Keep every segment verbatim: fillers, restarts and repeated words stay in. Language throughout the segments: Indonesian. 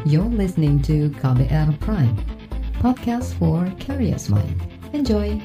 You're listening to K B R Prime, podcast for curious mind. Enjoy!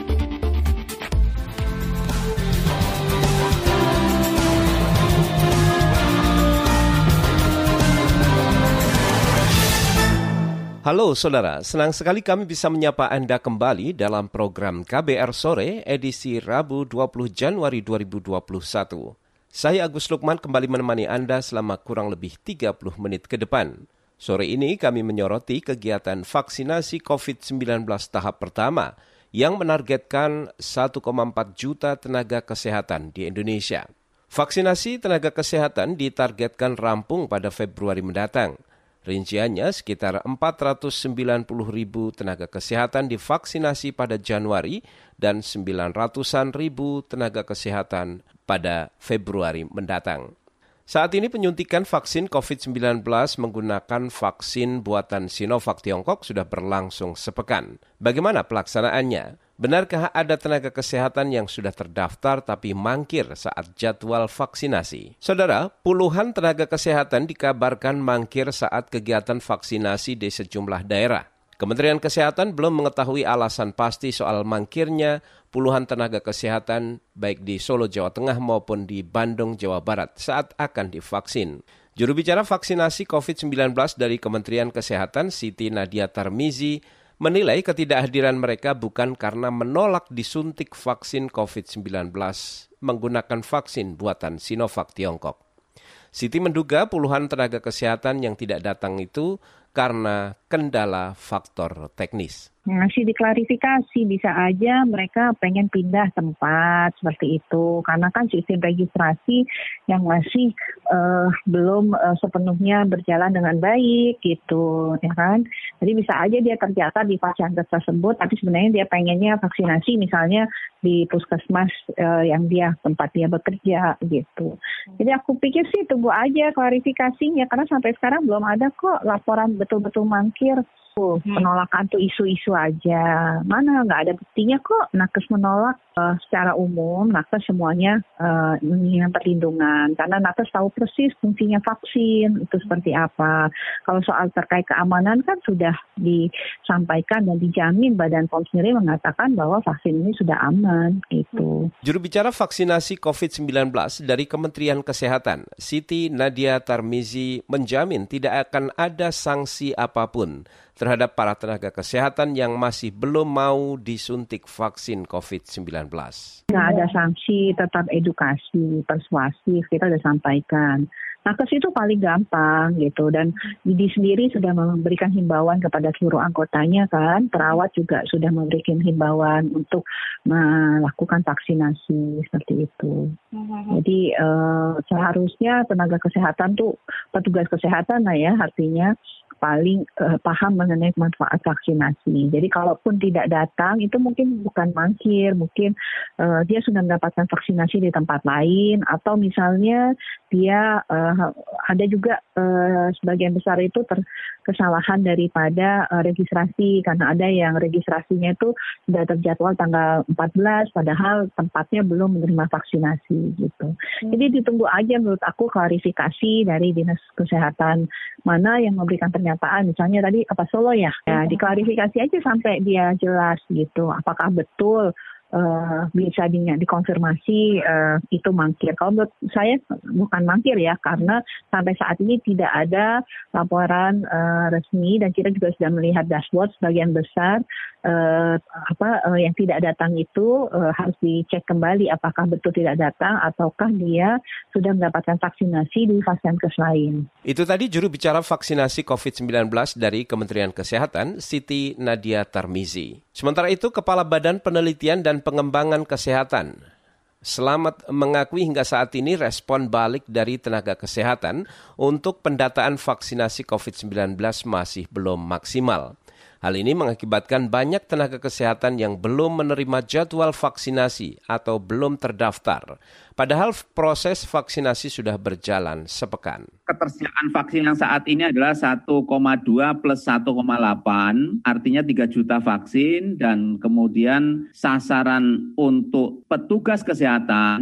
Halo saudara, senang sekali kami bisa menyapa Anda kembali dalam program K B R Sore edisi Rabu dua puluh Januari dua ribu dua puluh satu. Saya Agus Lukman kembali menemani Anda selama kurang lebih tiga puluh menit ke depan. Sore ini kami menyoroti kegiatan vaksinasi covid sembilan belas tahap pertama yang menargetkan satu koma empat juta tenaga kesehatan di Indonesia. Vaksinasi tenaga kesehatan ditargetkan rampung pada Februari mendatang. Rinciannya sekitar empat ratus sembilan puluh ribu tenaga kesehatan divaksinasi pada Januari dan sembilan ratusan ribu tenaga kesehatan pada Februari mendatang. Saat ini penyuntikan vaksin covid sembilan belas menggunakan vaksin buatan Sinovac Tiongkok sudah berlangsung sepekan. Bagaimana pelaksanaannya? Benarkah ada tenaga kesehatan yang sudah terdaftar tapi mangkir saat jadwal vaksinasi? Saudara, puluhan tenaga kesehatan dikabarkan mangkir saat kegiatan vaksinasi di sejumlah daerah. Kementerian Kesehatan belum mengetahui alasan pasti soal mangkirnya puluhan tenaga kesehatan baik di Solo, Jawa Tengah maupun di Bandung, Jawa Barat saat akan divaksin. Juru bicara vaksinasi covid sembilan belas dari Kementerian Kesehatan, Siti Nadia Tarmizi, menilai ketidakhadiran mereka bukan karena menolak disuntik vaksin covid sembilan belas menggunakan vaksin buatan Sinovac Tiongkok. Siti menduga puluhan tenaga kesehatan yang tidak datang itu karena kendala faktor teknis. Masih diklarifikasi, bisa aja mereka pengen pindah tempat seperti itu. Karena kan sistem registrasi yang masih uh, belum uh, sepenuhnya berjalan dengan baik gitu, ya kan. Jadi bisa aja dia terdaftar di vaskes tersebut, tapi sebenarnya dia pengennya vaksinasi misalnya di puskesmas uh, yang dia tempat dia bekerja gitu. Jadi aku pikir sih tunggu aja klarifikasinya, karena sampai sekarang belum ada kok laporan betul-betul mangkir. Hmm. Penolakan tuh isu-isu aja. Mana nggak ada buktinya kok. Nakes menolak uh, secara umum. Nakes semuanya uh, menginginkan perlindungan. Karena nakes tahu persis fungsinya vaksin itu seperti apa. Kalau soal terkait keamanan kan sudah disampaikan dan dijamin Badan P O M sendiri mengatakan bahwa vaksin ini sudah aman. Gitu. Juru bicara vaksinasi covid sembilan belas dari Kementerian Kesehatan, Siti Nadia Tarmizi, menjamin tidak akan ada sanksi apapun terhadap para tenaga kesehatan yang masih belum mau disuntik vaksin covid sembilan belas. Nggak ada sanksi, tetap edukasi, persuasif, kita sudah sampaikan. Nakes itu paling gampang gitu, dan I D I sendiri sudah memberikan himbauan kepada seluruh anggotanya kan, perawat juga sudah memberikan himbauan untuk melakukan vaksinasi seperti itu. Jadi uh, seharusnya tenaga kesehatan tuh, petugas kesehatan lah ya artinya, paling uh, paham mengenai manfaat vaksinasi. Jadi kalaupun tidak datang itu mungkin bukan mangkir, mungkin uh, dia sudah mendapatkan vaksinasi di tempat lain, atau misalnya dia uh, ada juga uh, sebagian besar itu ter- kesalahan daripada uh, registrasi, karena ada yang registrasinya itu sudah terjadwal tanggal empat belas padahal tempatnya belum menerima vaksinasi gitu. Hmm. Jadi ditunggu aja menurut aku klarifikasi dari Dinas Kesehatan mana yang memberikan pernyataan, misalnya tadi apa Solo ya, ya diklarifikasi aja sampai dia jelas gitu, apakah betul Uh, bisa di, dikonfirmasi uh, itu mangkir. Kalau menurut saya bukan mangkir ya, karena sampai saat ini tidak ada laporan uh, resmi, dan kita juga sudah melihat dashboard sebagian besar uh, apa uh, yang tidak datang itu uh, harus dicek kembali apakah betul tidak datang ataukah dia sudah mendapatkan vaksinasi di vaskes lain. Itu tadi juru bicara vaksinasi covid sembilan belas dari Kementerian Kesehatan, Siti Nadia Tarmizi. Sementara itu, Kepala Badan Penelitian dan Pengembangan Kesehatan, Slamet, mengakui hingga saat ini respon balik dari tenaga kesehatan untuk pendataan vaksinasi covid sembilan belas masih belum maksimal. Hal ini mengakibatkan banyak tenaga kesehatan yang belum menerima jadwal vaksinasi atau belum terdaftar. Padahal proses vaksinasi sudah berjalan sepekan. Ketersediaan vaksin yang saat ini adalah satu koma dua plus satu koma delapan, artinya tiga juta vaksin, dan kemudian sasaran untuk petugas kesehatan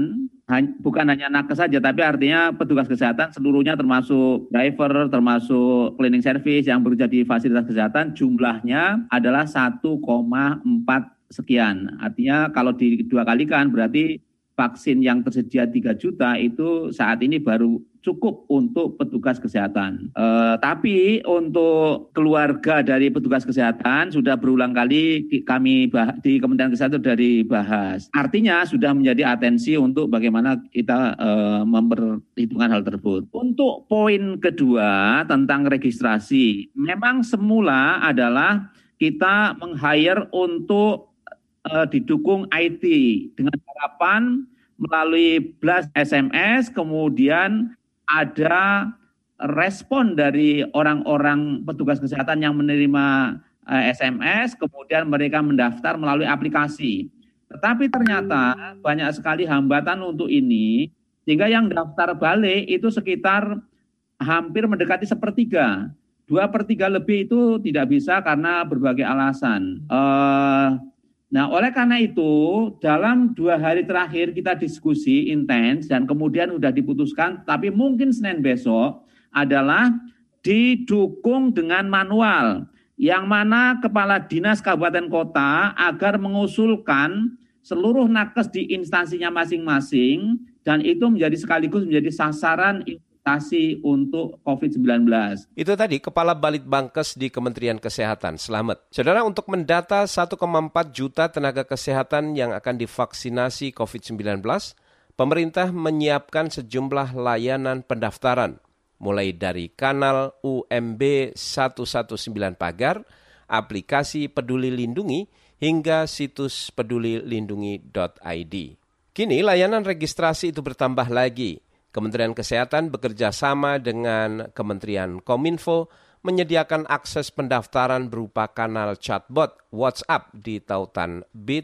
bukan hanya nakes saja, tapi artinya petugas kesehatan seluruhnya termasuk driver, termasuk cleaning service yang bekerja di fasilitas kesehatan, jumlahnya adalah satu koma empat sekian. Artinya kalau di dua kalikan berarti vaksin yang tersedia tiga juta itu saat ini baru cukup untuk petugas kesehatan. E, tapi untuk keluarga dari petugas kesehatan sudah berulang kali kami bah, di Kementerian Kesehatan sudah dibahas. Artinya sudah menjadi atensi untuk bagaimana kita e, memperhitungkan hal tersebut. Untuk poin kedua tentang registrasi, memang semula adalah kita meng-hire untuk e, didukung I T dengan harapan melalui blast S M S, kemudian ada respon dari orang-orang petugas kesehatan yang menerima S M S, kemudian mereka mendaftar melalui aplikasi. Tetapi ternyata banyak sekali hambatan untuk ini, sehingga yang daftar balik itu sekitar hampir mendekati sepertiga. Dua per tiga lebih itu tidak bisa karena berbagai alasan. Uh, Nah, oleh karena itu, dalam dua hari terakhir kita diskusi intens dan kemudian sudah diputuskan, tapi mungkin Senin besok adalah didukung dengan manual, yang mana Kepala Dinas Kabupaten Kota agar mengusulkan seluruh nakes di instansinya masing-masing, dan itu menjadi sekaligus menjadi sasaran untuk covid sembilan belas. Itu tadi Kepala Balitbangkes di Kementerian Kesehatan, Slamet. Saudara, untuk mendata satu koma empat juta tenaga kesehatan yang akan divaksinasi covid sembilan belas, pemerintah menyiapkan sejumlah layanan pendaftaran, mulai dari kanal U M B seratus sembilan belas Pagar, aplikasi Peduli Lindungi, hingga situs peduli lindungi dot i d. Kini layanan registrasi itu bertambah lagi. Kementerian Kesehatan bekerja sama dengan Kementerian Kominfo menyediakan akses pendaftaran berupa kanal chatbot WhatsApp di tautan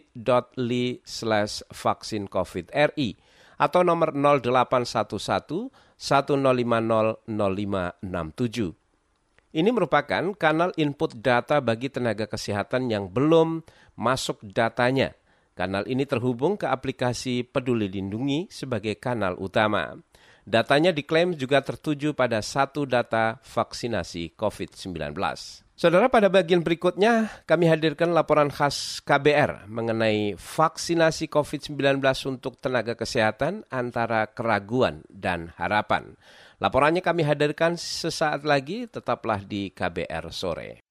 bit.ly slash vaksin COVID R I atau nomor nol delapan satu satu satu nol lima nol nol lima enam tujuh. Ini merupakan kanal input data bagi tenaga kesehatan yang belum masuk datanya. Kanal ini terhubung ke aplikasi Peduli Lindungi sebagai kanal utama. Datanya diklaim juga tertuju pada satu data vaksinasi covid sembilan belas. Saudara, pada bagian berikutnya kami hadirkan laporan khas K B R mengenai vaksinasi covid sembilan belas untuk tenaga kesehatan antara keraguan dan harapan. Laporannya kami hadirkan sesaat lagi, tetaplah di K B R Sore.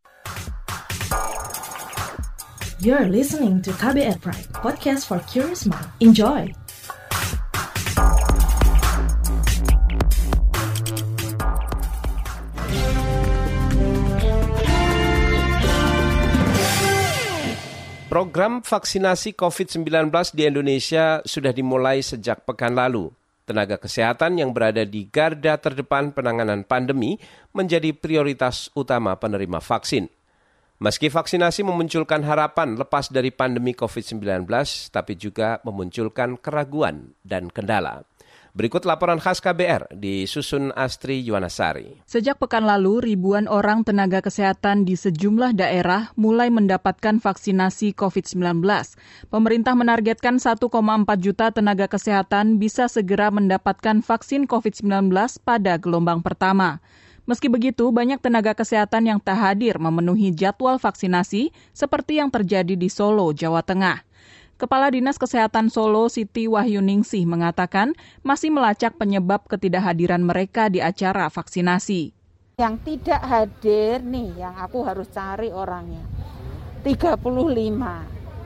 You're listening to K B R Pride, podcast for curious mind. Enjoy! Program vaksinasi covid sembilan belas di Indonesia sudah dimulai sejak pekan lalu. Tenaga kesehatan yang berada di garda terdepan penanganan pandemi menjadi prioritas utama penerima vaksin. Meski vaksinasi memunculkan harapan lepas dari pandemi covid sembilan belas, tapi juga memunculkan keraguan dan kendala. Berikut laporan khas K B R disusun Astri Yuwanasari. Sejak pekan lalu, ribuan orang tenaga kesehatan di sejumlah daerah mulai mendapatkan vaksinasi covid sembilan belas. Pemerintah menargetkan satu koma empat juta tenaga kesehatan bisa segera mendapatkan vaksin covid sembilan belas pada gelombang pertama. Meski begitu, banyak tenaga kesehatan yang tak hadir memenuhi jadwal vaksinasi seperti yang terjadi di Solo, Jawa Tengah. Kepala Dinas Kesehatan Solo, Siti Wahyuningsih, mengatakan masih melacak penyebab ketidakhadiran mereka di acara vaksinasi. Yang tidak hadir nih, yang aku harus cari orangnya, tiga puluh lima.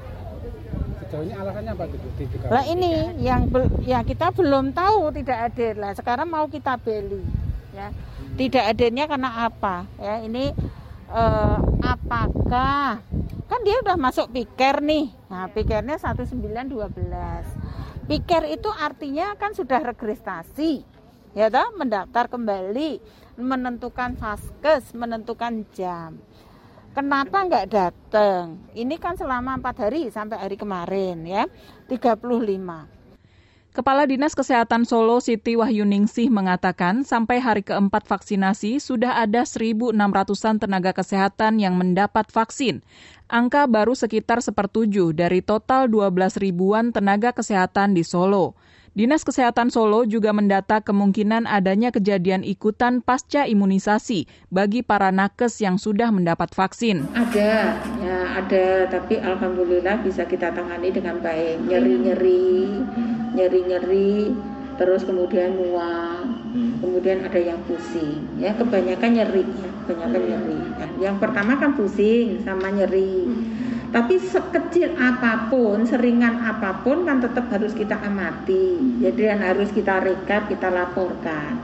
Sejauh ini alasannya apa itu? Nah ini yang, be- yang kita belum tahu tidak hadir. Lah sekarang mau kita beli. Ya. Tidak hadirnya karena apa? Ya, ini eh, apakah kan dia udah masuk piker nih. Nah, pikernya satu sembilan satu dua. Piker itu artinya kan sudah registrasi. Ya toh, mendaftar kembali, menentukan vaskes, menentukan jam. Kenapa enggak datang? Ini kan selama empat hari sampai hari kemarin ya, tiga puluh lima. Kepala Dinas Kesehatan Solo, Siti Wahyuningsih, mengatakan sampai hari keempat vaksinasi sudah ada seribu enam ratusan tenaga kesehatan yang mendapat vaksin. Angka baru sekitar sepertujuh dari total dua belas ribuan tenaga kesehatan di Solo. Dinas Kesehatan Solo juga mendata kemungkinan adanya kejadian ikutan pasca imunisasi bagi para nakes yang sudah mendapat vaksin. Ada, ya ada, tapi alhamdulillah bisa kita tangani dengan baik. Nyeri-nyeri, nyeri-nyeri, terus kemudian mual, kemudian ada yang pusing. Ya kebanyakan nyeri, ya kebanyakan nyeri. Yang pertama kan pusing sama nyeri. Tapi sekecil apapun, seringan apapun kan tetap harus kita amati. Jadi dan harus kita rekap, kita laporkan.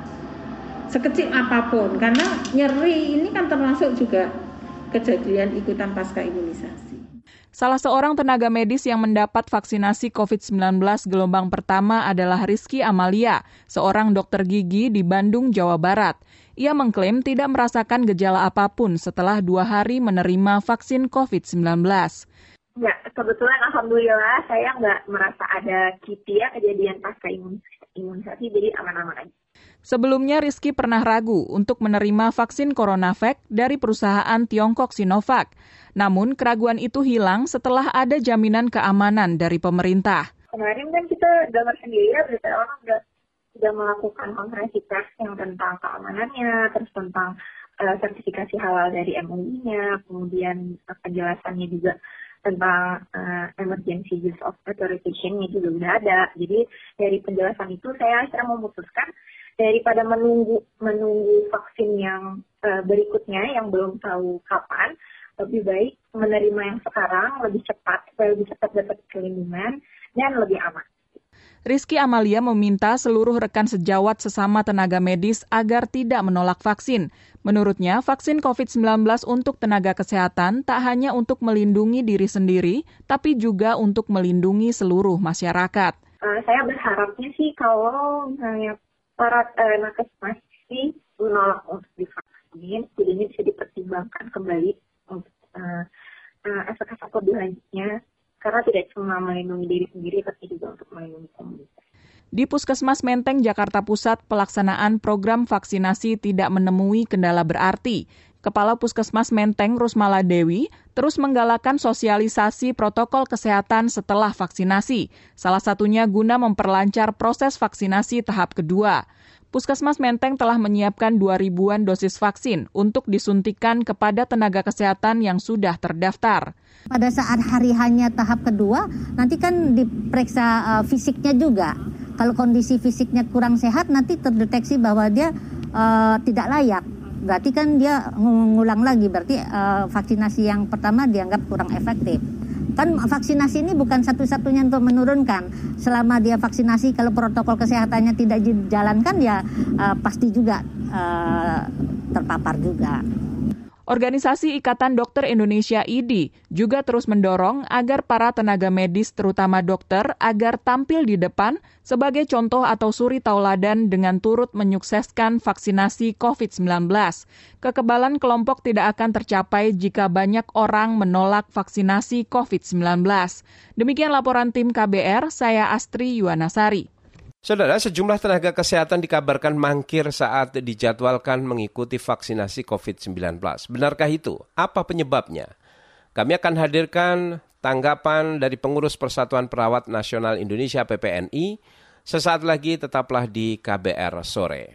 Sekecil apapun, karena nyeri ini kan termasuk juga kejadian ikutan pasca imunisasi. Salah seorang tenaga medis yang mendapat vaksinasi covid sembilan belas gelombang pertama adalah Rizky Amalia, seorang dokter gigi di Bandung, Jawa Barat. Ia mengklaim tidak merasakan gejala apapun setelah dua hari menerima vaksin covid sembilan belas. Ya, kebetulan alhamdulillah saya nggak merasa ada kipi ya kejadian pasca imunisasi, jadi aman-aman aja. Sebelumnya Rizky pernah ragu untuk menerima vaksin CoronaVac dari perusahaan Tiongkok Sinovac. Namun keraguan itu hilang setelah ada jaminan keamanan dari pemerintah. Kemarin kan kita dengar sendiri ya, berita orang udah sudah melakukan konferensi pers yang tentang keamanannya, terus tentang uh, sertifikasi halal dari M U I-nya, kemudian uh, penjelasannya juga tentang uh, emergency use of authorization-nya juga udah ada. Jadi dari penjelasan itu saya akhirnya memutuskan daripada menunggu menunggu vaksin yang uh, berikutnya yang belum tahu kapan, lebih baik menerima yang sekarang lebih cepat supaya lebih cepat dapat perlindungan dan lebih aman. Rizky Amalia meminta seluruh rekan sejawat sesama tenaga medis agar tidak menolak vaksin. Menurutnya, vaksin covid sembilan belas untuk tenaga kesehatan tak hanya untuk melindungi diri sendiri, tapi juga untuk melindungi seluruh masyarakat. Uh, saya berharapnya sih kalau misalnya para uh, nakes masih menolak untuk divaksin, jadi ini bisa dipertimbangkan kembali untuk uh, uh, efek-efek lebih lanjutnya. Karena tidak cuma melindungi diri sendiri, tapi juga untuk melindungi komunitas. Di Puskesmas Menteng, Jakarta Pusat, pelaksanaan program vaksinasi tidak menemui kendala berarti. Kepala Puskesmas Menteng, Rusmala Dewi, terus menggalakkan sosialisasi protokol kesehatan setelah vaksinasi. Salah satunya guna memperlancar proses vaksinasi tahap kedua. Puskesmas Menteng telah menyiapkan dua ribuan dosis vaksin untuk disuntikan kepada tenaga kesehatan yang sudah terdaftar. Pada saat hari hanya tahap kedua, nanti kan diperiksa uh, fisiknya juga. Kalau kondisi fisiknya kurang sehat, nanti terdeteksi bahwa dia uh, tidak layak. Berarti kan dia ngulang lagi, berarti uh, vaksinasi yang pertama dianggap kurang efektif. Kan vaksinasi ini bukan satu-satunya untuk menurunkan. Selama dia vaksinasi, kalau protokol kesehatannya tidak dijalankan, ya uh, pasti juga uh, terpapar juga. Organisasi Ikatan Dokter Indonesia I D I juga terus mendorong agar para tenaga medis, terutama dokter, agar tampil di depan sebagai contoh atau suri tauladan dengan turut menyukseskan vaksinasi covid sembilan belas. Kekebalan kelompok tidak akan tercapai jika banyak orang menolak vaksinasi covid sembilan belas. Demikian laporan tim K B R, saya Astri Yuwanasari. Saudara, sejumlah tenaga kesehatan dikabarkan mangkir saat dijadwalkan mengikuti vaksinasi covid sembilan belas. Benarkah itu? Apa penyebabnya? Kami akan hadirkan tanggapan dari pengurus Persatuan Perawat Nasional Indonesia P P N I. Sesaat lagi tetaplah di K B R Sore.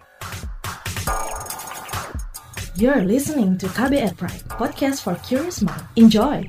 You're listening to K B R Pride, podcast for curious mind. Enjoy!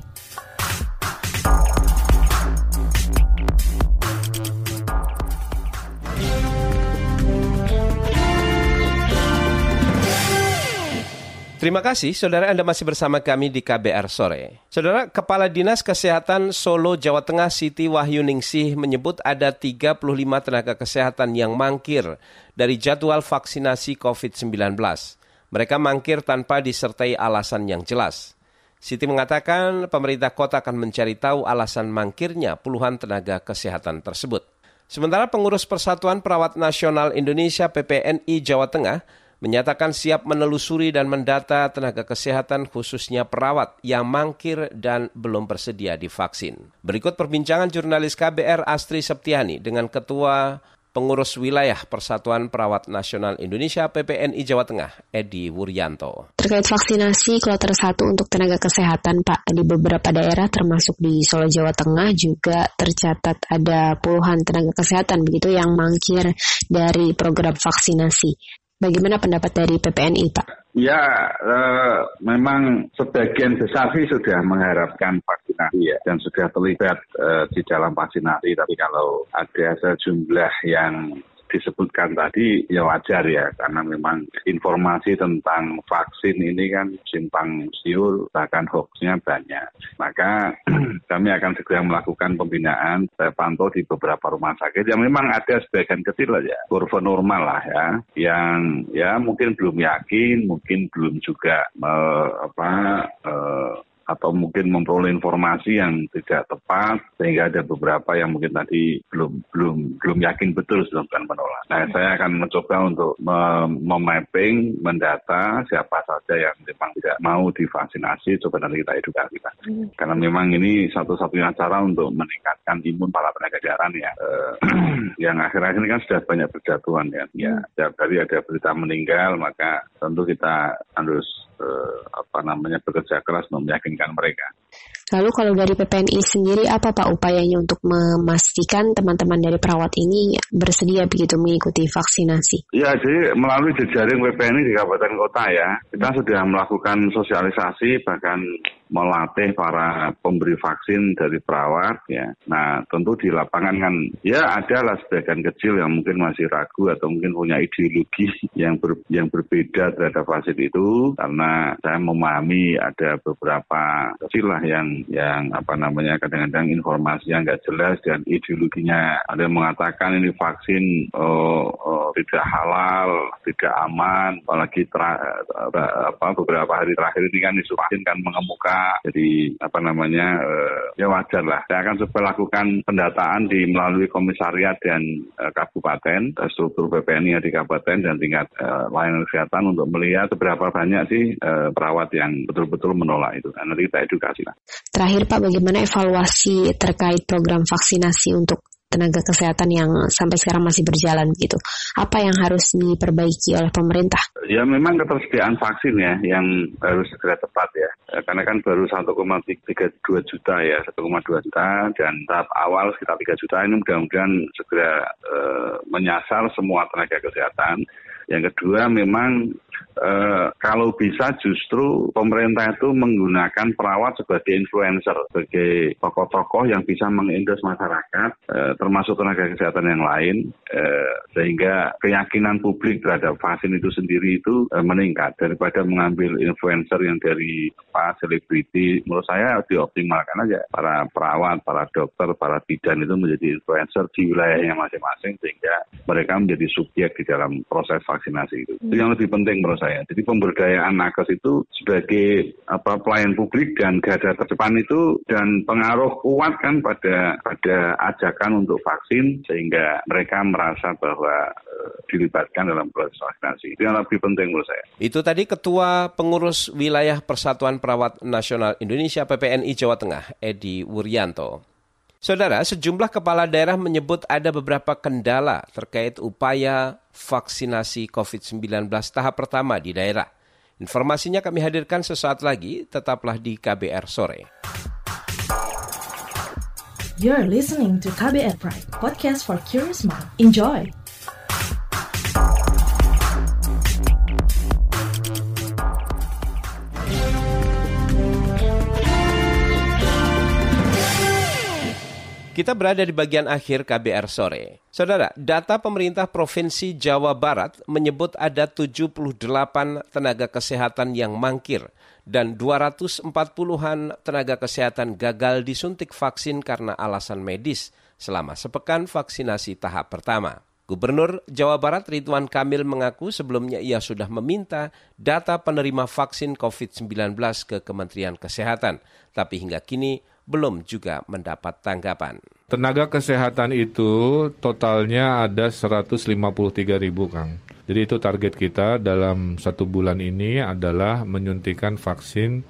Terima kasih, saudara, Anda masih bersama kami di K B R Sore. Saudara, Kepala Dinas Kesehatan Solo, Jawa Tengah, Siti Wahyuningsih menyebut ada tiga puluh lima tenaga kesehatan yang mangkir dari jadwal vaksinasi covid sembilan belas. Mereka mangkir tanpa disertai alasan yang jelas. Siti mengatakan pemerintah kota akan mencari tahu alasan mangkirnya puluhan tenaga kesehatan tersebut. Sementara pengurus Persatuan Perawat Nasional Indonesia P P N I Jawa Tengah menyatakan siap menelusuri dan mendata tenaga kesehatan khususnya perawat yang mangkir dan belum bersedia divaksin. Berikut perbincangan jurnalis K B R Astri Septiani dengan Ketua Pengurus Wilayah Persatuan Perawat Nasional Indonesia P P N I Jawa Tengah, Edi Wuryanto. Terkait vaksinasi kloter satu untuk tenaga kesehatan, Pak, di beberapa daerah termasuk di Solo, Jawa Tengah juga tercatat ada puluhan tenaga kesehatan begitu yang mangkir dari program vaksinasi. Bagaimana pendapat dari P P N I, Pak? Ya, eh, memang sebagian besar sih sudah mengharapkan vaksinasi ya, dan sudah terlibat eh, di dalam vaksinasi. Tapi kalau ada sejumlah yang disebutkan tadi, ya wajar ya, karena memang informasi tentang vaksin ini kan simpang siur, bahkan hoax-nya banyak. Maka kami akan segera melakukan pembinaan, saya pantau di beberapa rumah sakit yang memang ada sebagian kecil aja, kurva normal lah ya, yang ya mungkin belum yakin, mungkin belum juga eh, apa eh, atau mungkin memperoleh informasi yang tidak tepat, sehingga ada beberapa yang mungkin tadi belum belum belum yakin betul sedangkan menolak. Nah, saya akan mencoba untuk memapping, mendata siapa saja yang memang tidak mau divaksinasi, coba nanti kita edukasi. Hmm. Karena memang ini satu-satunya cara untuk meningkatkan imun para tenaga kesehatan ya. Eh, yang akhir-akhir ini kan sudah banyak berjatuhan ya. Ya, setiap kali ada berita meninggal, maka tentu kita harus eh, apa namanya bekerja keras untuk meyakinkan mereka. Lalu kalau dari P P N I sendiri, apa Pak upayanya untuk memastikan teman-teman dari perawat ini bersedia begitu mengikuti vaksinasi? Ya, jadi melalui jejaring P P N I di kabupaten kota ya, kita sudah melakukan sosialisasi, bahkan melatih para pemberi vaksin dari perawat ya. Nah, tentu di lapangan kan ya ada lah sebagian kecil yang mungkin masih ragu atau mungkin punya ideologi yang ber, yang berbeda terhadap vaksin itu, karena saya memahami ada beberapa kecil lah yang yang apa namanya kadang-kadang informasi yang nggak jelas dan ideologinya, ada yang mengatakan ini vaksin oh, oh, tidak halal, tidak aman, apalagi tra, tra, apa beberapa hari terakhir ini kan isu vaksin kan mengemuka. Jadi apa namanya uh, ya wajar lah. Saya akan coba lakukan pendataan di melalui komisariat dan uh, kabupaten, uh, struktur P P N I di kabupaten dan tingkat uh, layanan kesehatan untuk melihat seberapa banyak sih uh, perawat yang betul-betul menolak itu. Nah, nanti kita edukasi lah. Terakhir Pak, bagaimana evaluasi terkait program vaksinasi untuk tenaga kesehatan yang sampai sekarang masih berjalan gitu? Apa yang harus diperbaiki oleh pemerintah? Ya memang ketersediaan vaksin ya yang harus segera tepat ya. Karena kan baru satu koma tiga dua juta ya, satu koma dua juta dan tahap awal sekitar tiga juta, ini mudah-mudahan segera uh, menyasar semua tenaga kesehatan. Yang kedua memang e, kalau bisa justru pemerintah itu menggunakan perawat sebagai influencer, sebagai tokoh-tokoh yang bisa mengendorse masyarakat, e, termasuk tenaga kesehatan yang lain, e, sehingga keyakinan publik terhadap vaksin itu sendiri itu e, meningkat daripada mengambil influencer yang dari apa selebriti. Menurut saya dioptimalkan aja para perawat, para dokter, para bidan itu menjadi influencer di wilayahnya masing-masing sehingga mereka menjadi subjek di dalam proses vaksinasi itu. Itu yang lebih penting menurut saya. Jadi pemberdayaan nakes itu sebagai apa pelayan publik dan garda terdepan itu, dan pengaruh kuat kan pada pada ajakan untuk vaksin sehingga mereka merasa bahwa e, dilibatkan dalam proses vaksinasi. Itu yang lebih penting menurut saya. Itu tadi Ketua Pengurus Wilayah Persatuan Perawat Nasional Indonesia P P N I Jawa Tengah, Edi Wuryanto. Saudara, sejumlah kepala daerah menyebut ada beberapa kendala terkait upaya vaksinasi covid sembilan belas tahap pertama di daerah. Informasinya kami hadirkan sesaat lagi, tetaplah di K B R Sore. You're listening to K B R Pride, podcast for curious mind. Enjoy! Kita berada di bagian akhir K B R Sore. Saudara, data pemerintah Provinsi Jawa Barat menyebut ada tujuh puluh delapan tenaga kesehatan yang mangkir dan dua ratus empat puluhan tenaga kesehatan gagal disuntik vaksin karena alasan medis selama sepekan vaksinasi tahap pertama. Gubernur Jawa Barat Ridwan Kamil mengaku sebelumnya ia sudah meminta data penerima vaksin covid sembilan belas ke Kementerian Kesehatan, tapi hingga kini belum juga mendapat tanggapan. Tenaga kesehatan itu totalnya ada seratus lima puluh tiga ribu, Kang. Jadi itu target kita dalam satu bulan ini adalah menyuntikan vaksin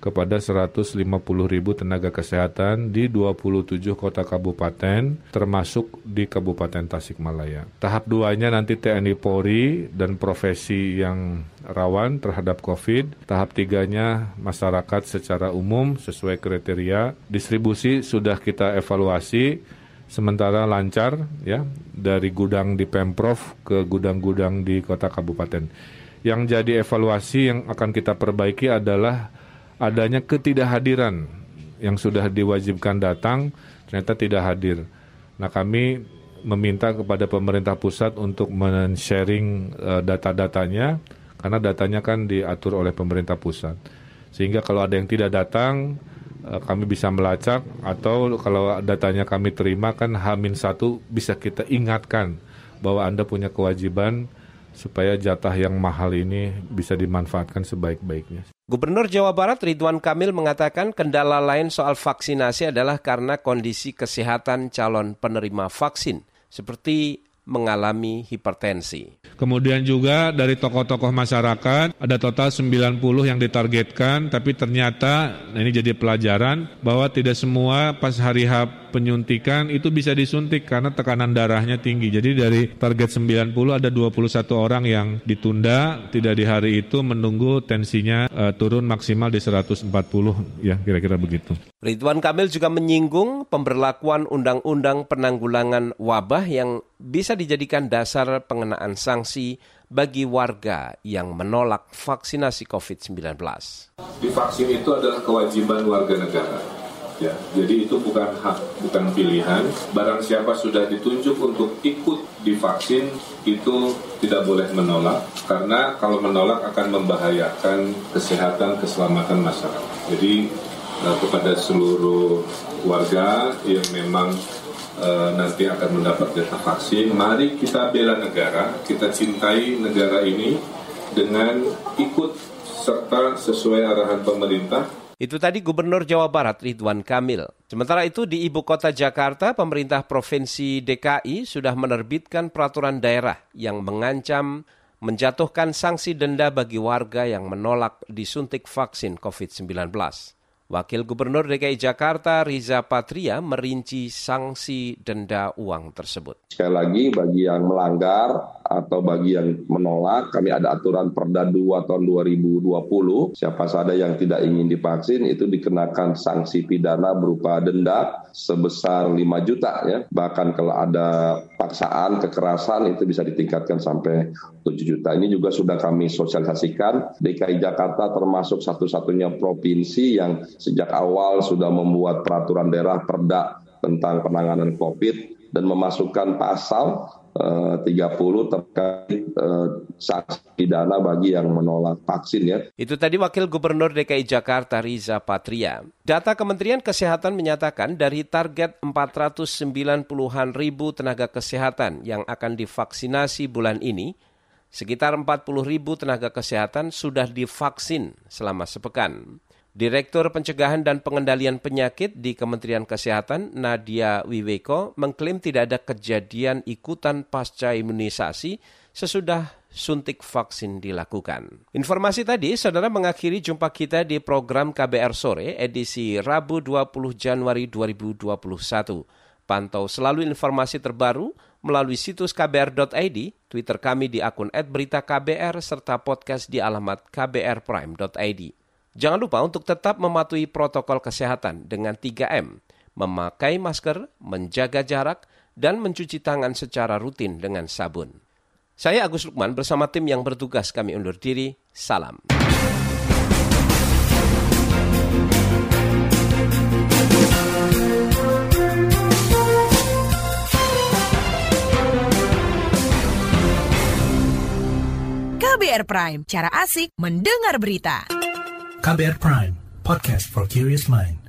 kepada seratus lima puluh ribu tenaga kesehatan di dua puluh tujuh kota kabupaten, termasuk di Kabupaten Tasikmalaya. Tahap duanya nanti T N I Polri dan profesi yang rawan terhadap COVID. Tahap tiganya masyarakat secara umum sesuai kriteria. Distribusi sudah kita evaluasi, sementara lancar ya dari gudang di Pemprov ke gudang-gudang di kota kabupaten. Yang jadi evaluasi yang akan kita perbaiki adalah adanya ketidakhadiran yang sudah diwajibkan datang ternyata tidak hadir. Nah, kami meminta kepada pemerintah pusat untuk men-sharing uh, data-datanya karena datanya kan diatur oleh pemerintah pusat. Sehingga kalau ada yang tidak datang, uh, kami bisa melacak, atau kalau datanya kami terima kan H minus satu bisa kita ingatkan bahwa Anda punya kewajiban supaya jatah yang mahal ini bisa dimanfaatkan sebaik-baiknya. Gubernur Jawa Barat Ridwan Kamil mengatakan kendala lain soal vaksinasi adalah karena kondisi kesehatan calon penerima vaksin, seperti mengalami hipertensi. Kemudian juga dari tokoh-tokoh masyarakat ada total sembilan puluh yang ditargetkan, tapi ternyata nah ini jadi pelajaran bahwa tidak semua pas hari H penyuntikan itu bisa disuntik karena tekanan darahnya tinggi. Jadi dari target sembilan puluh ada dua puluh satu orang yang ditunda, tidak di hari itu, menunggu tensinya uh, turun maksimal di seratus empat puluh, ya kira-kira begitu. Ridwan Kamil juga menyinggung pemberlakuan Undang-Undang Penanggulangan Wabah yang bisa dijadikan dasar pengenaan sanksi bagi warga yang menolak vaksinasi covid sembilan belas. Divaksin itu adalah kewajiban warga negara. Ya, jadi itu bukan hak, bukan pilihan. Barang siapa sudah ditunjuk untuk ikut divaksin itu tidak boleh menolak, karena kalau menolak akan membahayakan kesehatan keselamatan masyarakat. Jadi eh, kepada seluruh warga yang memang eh, nanti akan mendapat jatah vaksin, mari kita bela negara, kita cintai negara ini dengan ikut serta sesuai arahan pemerintah. Itu tadi Gubernur Jawa Barat Ridwan Kamil. Sementara itu di Ibu Kota Jakarta, pemerintah Provinsi D K I sudah menerbitkan peraturan daerah yang mengancam menjatuhkan sanksi denda bagi warga yang menolak disuntik vaksin covid sembilan belas. Wakil Gubernur D K I Jakarta Riza Patria merinci sanksi denda uang tersebut. Sekali lagi, bagi yang melanggar atau bagi yang menolak, kami ada aturan Perda dua tahun dua ribu dua puluh. Siapa saja yang tidak ingin divaksin itu dikenakan sanksi pidana berupa denda sebesar lima juta ya. Bahkan kalau ada paksaan, kekerasan itu bisa ditingkatkan sampai tujuh juta. Ini juga sudah kami sosialisasikan. D K I Jakarta termasuk satu-satunya provinsi yang sejak awal sudah membuat peraturan daerah Perda tentang penanganan COVID dan memasukkan pasal uh, tiga puluh terkait uh, sanksi pidana bagi yang menolak vaksin ya. Itu tadi Wakil Gubernur D K I Jakarta Riza Patria. Data Kementerian Kesehatan menyatakan dari target empat ratus sembilan puluhan ribu tenaga kesehatan yang akan divaksinasi bulan ini, sekitar empat puluh ribu tenaga kesehatan sudah divaksin selama sepekan. Direktur Pencegahan dan Pengendalian Penyakit di Kementerian Kesehatan, Nadia Wiweko, mengklaim tidak ada kejadian ikutan pasca imunisasi sesudah suntik vaksin dilakukan. Informasi tadi, saudara, mengakhiri jumpa kita di program K B R Sore, edisi Rabu dua puluh Januari dua ribu dua puluh satu. Pantau selalu informasi terbaru melalui situs k b r dot i d, Twitter kami di akun et berita K B R, serta podcast di alamat k b r prime dot i d. Jangan lupa untuk tetap mematuhi protokol kesehatan dengan tiga M, memakai masker, menjaga jarak, dan mencuci tangan secara rutin dengan sabun. Saya Agus Lukman bersama tim yang bertugas kami undur diri. Salam. K B R Prime, cara asik mendengar berita. K B R Prime, podcast for curious mind.